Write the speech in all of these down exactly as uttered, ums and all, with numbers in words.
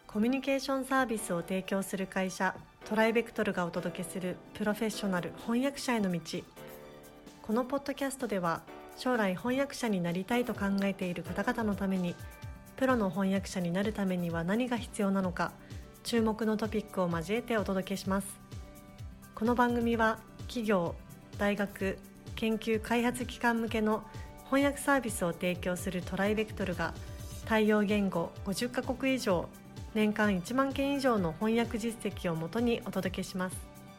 コミュニケーションサービスを提供する会社トライベクトルがお届けするプロフェッショナル翻訳者への道。このポッドキャストでは将来翻訳者になりたいと考えている方々のために、プロの翻訳者になるためには何が必要なのか、注目のトピックを交えてお届けします。この番組は企業、大学、研究開発機関向けの翻訳サービスを提供するトライベクトルが対応言語ごじゅっカ国以上、年間いちまんけん以上の翻訳実績をもとにお届けします。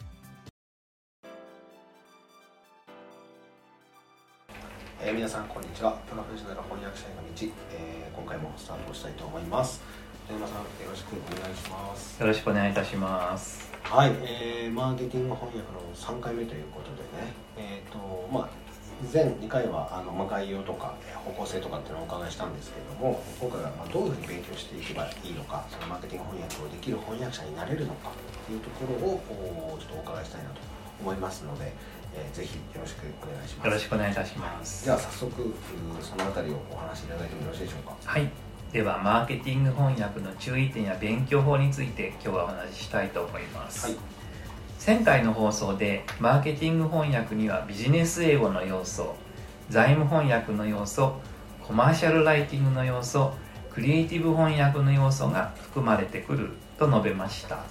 えー、皆さんこんにちは。プロフェッショナル翻訳者への道、えー、今回もスタートしたいと思います。田山さん、よろしくお願いします。 よろしくお願いいたします。 はい、えー、マーケティング翻訳のさんかいめということでね、えーとまあ、前にかいはあの、まあ、概要とか方向性とかっていうのをお伺いしたんですけれども、今回はまあどういうふうに勉強していけばいいのか、そのマーケティング翻訳をできる翻訳者になれるのかというところをちょっとお伺いしたいなと思いますので、えー、ぜひよろしくお願いします。 よろしくお願いいたします。 じゃあ早速そのあたりをお話しいただいてもよろしいでしょうか。 はい、ではマーケティング翻訳の注意点や勉強法について今日はお話ししたいと思います。はい、前回の放送でマーケティング翻訳にはビジネス英語の要素、財務翻訳の要素、コマーシャルライティングの要素、クリエイティブ翻訳の要素が含まれてくると述べました。はい、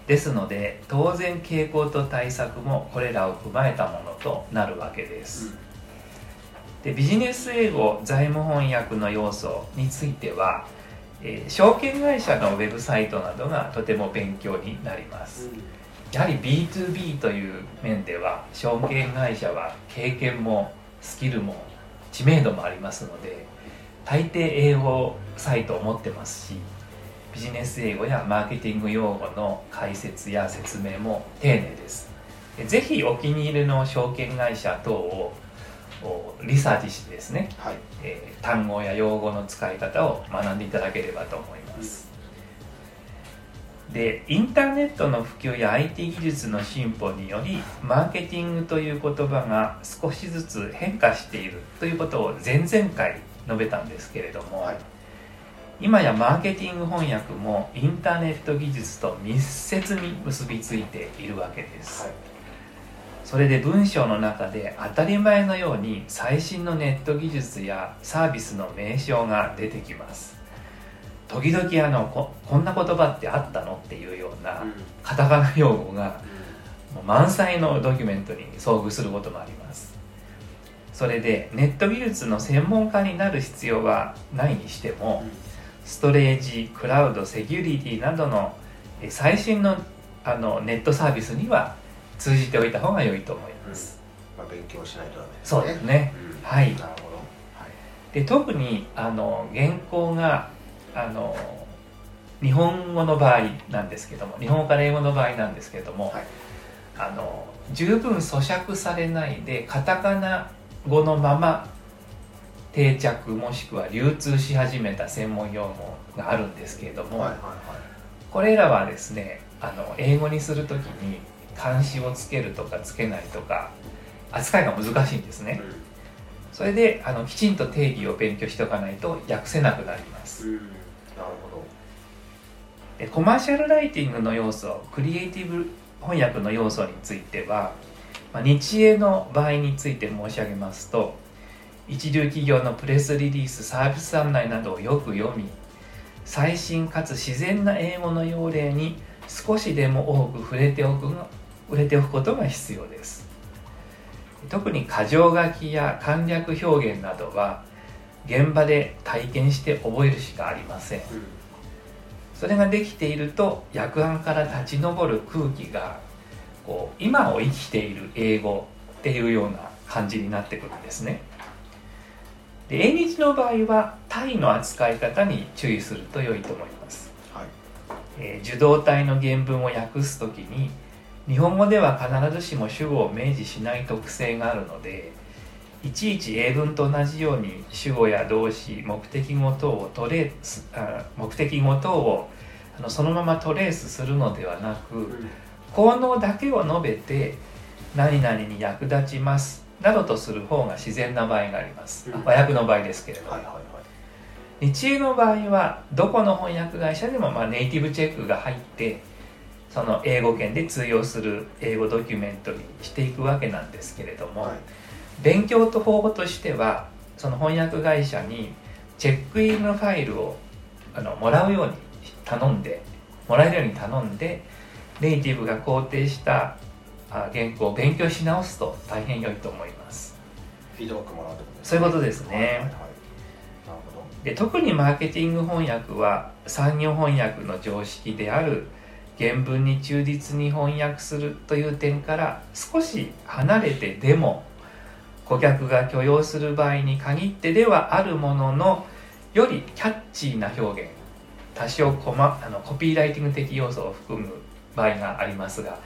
ですので当然傾向と対策もこれらを踏まえたものとなるわけです。うん、でビジネス英語、財務翻訳の要素については、えー、証券会社のウェブサイトなどがとても勉強になります。うん、やはり ビーツービー という面では証券会社は経験もスキルも知名度もありますので、大抵英語サイトを持ってますし、ビジネス英語やマーケティング用語の解説や説明も丁寧です。ぜひお気に入りの証券会社等をリサーチしてですね、はい、えー、単語や用語の使い方を学んでいただければと思います。でインターネットの普及や アイティー 技術の進歩によりマーケティングという言葉が少しずつ変化しているということを前々回述べたんですけれども、はい、今やマーケティング翻訳もインターネット技術と密接に結びついているわけです。はい、それで文章の中で当たり前のように最新のネット技術やサービスの名称が出てきます。時々あの こ, こんな言葉ってあったのっていうようなカタカナ用語がもう満載のドキュメントに遭遇することもあります。それでネット技術の専門家になる必要はないにしても、ストレージ、クラウド、セキュリティなどの最新 の, あのネットサービスには通じておいた方が良いと思います。 うん、まあ、勉強しないとダメですね。 そうですね。うん、はい。なるほど。はい、で特にあの原稿があの日本語の場合なんですけども、日本語から英語の場合なんですけれども、はい、あの十分咀嚼されないでカタカナ語のまま定着もしくは流通し始めた専門用語があるんですけれども、はいはいはい、これらはですね、あの英語にするときに漢詞をつけるとかつけないとか扱いが難しいんですね。うん、それであのきちんと定義を勉強しておかないと訳せなくなります。うん、 なるほど。 でコマーシャルライティングの要素、クリエイティブ翻訳の要素については、まあ、日英の場合について申し上げますと、一流企業のプレスリリース、サービス案内などをよく読み、最新かつ自然な英語の用例に少しでも多く触れておくが触れておくことが必要です。特に箇条書きや簡略表現などは現場で体験して覚えるしかありません。うん、それができていると訳案から立ち上る空気がこう今を生きている英語っていうような感じになってくるんですね。で英日の場合は体の扱い方に注意すると良いと思います。はい、えー、受動体の原文を訳すときに日本語では必ずしも主語を明示しない特性があるので、いちいち英文と同じように主語や動詞、目的語等をトレースあ目的語等をあのそのままトレースするのではなく、うん、効能だけを述べて何々に役立ちますなどとする方が自然な場合があります。うん、和訳の場合ですけれども、はいはいはい、 日英の場合はどこの翻訳会社でもまあネイティブチェックが入ってその英語圏で通用する英語ドキュメントにしていくわけなんですけれども、はい、勉強と方法としてはその翻訳会社にチェックインのファイルをあのもらうように頼んでもらえるように頼んでネイティブが肯定した原稿を勉強し直すと大変良いと思います。 フィードバックもらうってことですね。 そういうことですね。はいはいはい、なるほど。で特にマーケティング翻訳は産業翻訳の常識である原文に忠実に翻訳するという点から少し離れてでも顧客が許容する場合に限ってではあるもののよりキャッチーな表現、多少コマあのコピーライティング的要素を含む場合がありますが、はい、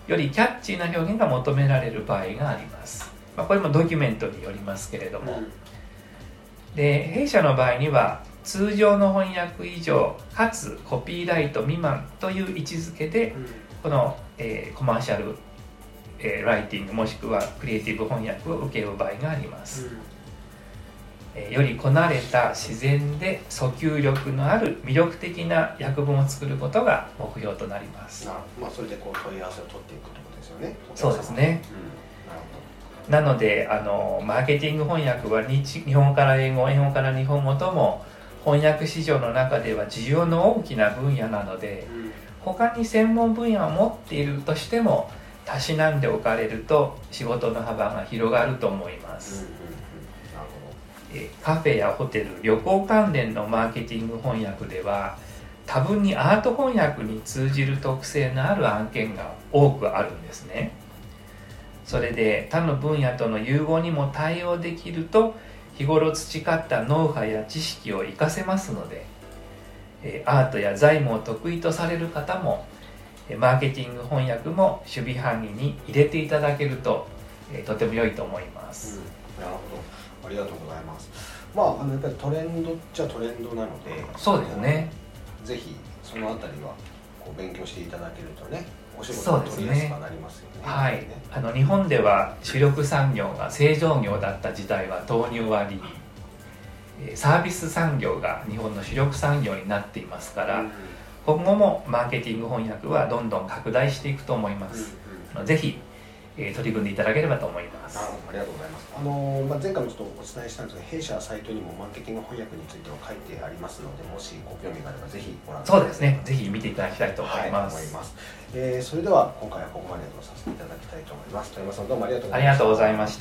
よりキャッチーな表現が求められる場合があります。まあ、これもドキュメントによりますけれども、うん、で弊社の場合には通常の翻訳以上かつコピーライト未満という位置づけで、うん、この、えー、コマーシャル、えー、ライティングもしくはクリエイティブ翻訳を受ける場合があります。うんえー、よりこなれた自然で訴求力のある魅力的な訳文を作ることが目標となります。 なまあ、それでこう問い合わせを取っていくということですよね。 そうですね。うん、なるほど。なのであのマーケティング翻訳は 日, 日本から英語、英語から日本語とも翻訳市場の中では需要の大きな分野なので、うん、他に専門分野を持っているとしてもたしなんでおかれると仕事の幅が広がると思います。うんうんうん、なるほど。えカフェやホテル、旅行関連のマーケティング翻訳では多分にアート翻訳に通じる特性のある案件が多くあるんですね。それで他の分野との融合にも対応できると日頃培ったノウハウや知識を活かせますので、アートや財務を得意とされる方もマーケティング翻訳も守備範囲に入れていただけるととても良いと思います。 うん、なるほど、ありがとうございます。まあ、あのやっぱりトレンドっちゃトレンドなので、 そうですね。 ぜひそのあたりはこう勉強していただけるとね、お仕事が取りやすくなりますよね。 はい、あの日本では主力産業が製造業だった時代は投入割り、サービス産業が日本の主力産業になっていますから、うん、今後もマーケティング翻訳はどんどん拡大していくと思います。うんうん、ぜひ、えー、取り組んでいただければと思います。 ありがとうございます。あのーまあ、前回もちょっとお伝えしたんですが、弊社サイトにもマーケティング翻訳については書いてありますので、もしご興味があればぜひご覧ください。 そうですね、ぜひ見ていただきたいと思います。はい、思います。 えー、それでは今回はここまでとさせていただきたいと思います。富山さん、どうもありがとうございました。 ありがとうございました。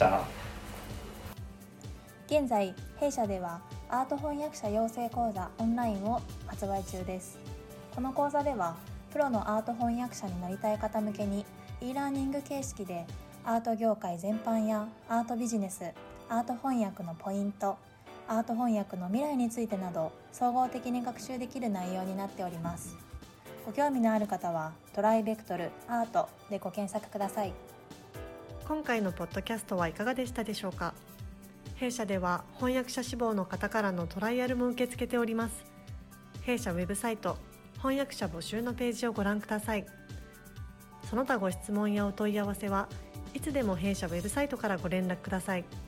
現在弊社ではアート翻訳者養成講座オンラインを発売中です。この講座ではプロのアート翻訳者になりたい方向けに e ラーニング形式でアート業界全般やアートビジネス、アート翻訳のポイント、アート翻訳の未来についてなど総合的に学習できる内容になっております。ご興味のある方はトライベクトルアートでご検索ください。 今回のポッドキャストはいかがでしたでしょうか。弊社では翻訳者志望の方からのトライアルも受け付けております。弊社ウェブサイト翻訳者募集のページをご覧ください。その他ご質問やお問い合わせはいつでも弊社ウェブサイトからご連絡ください。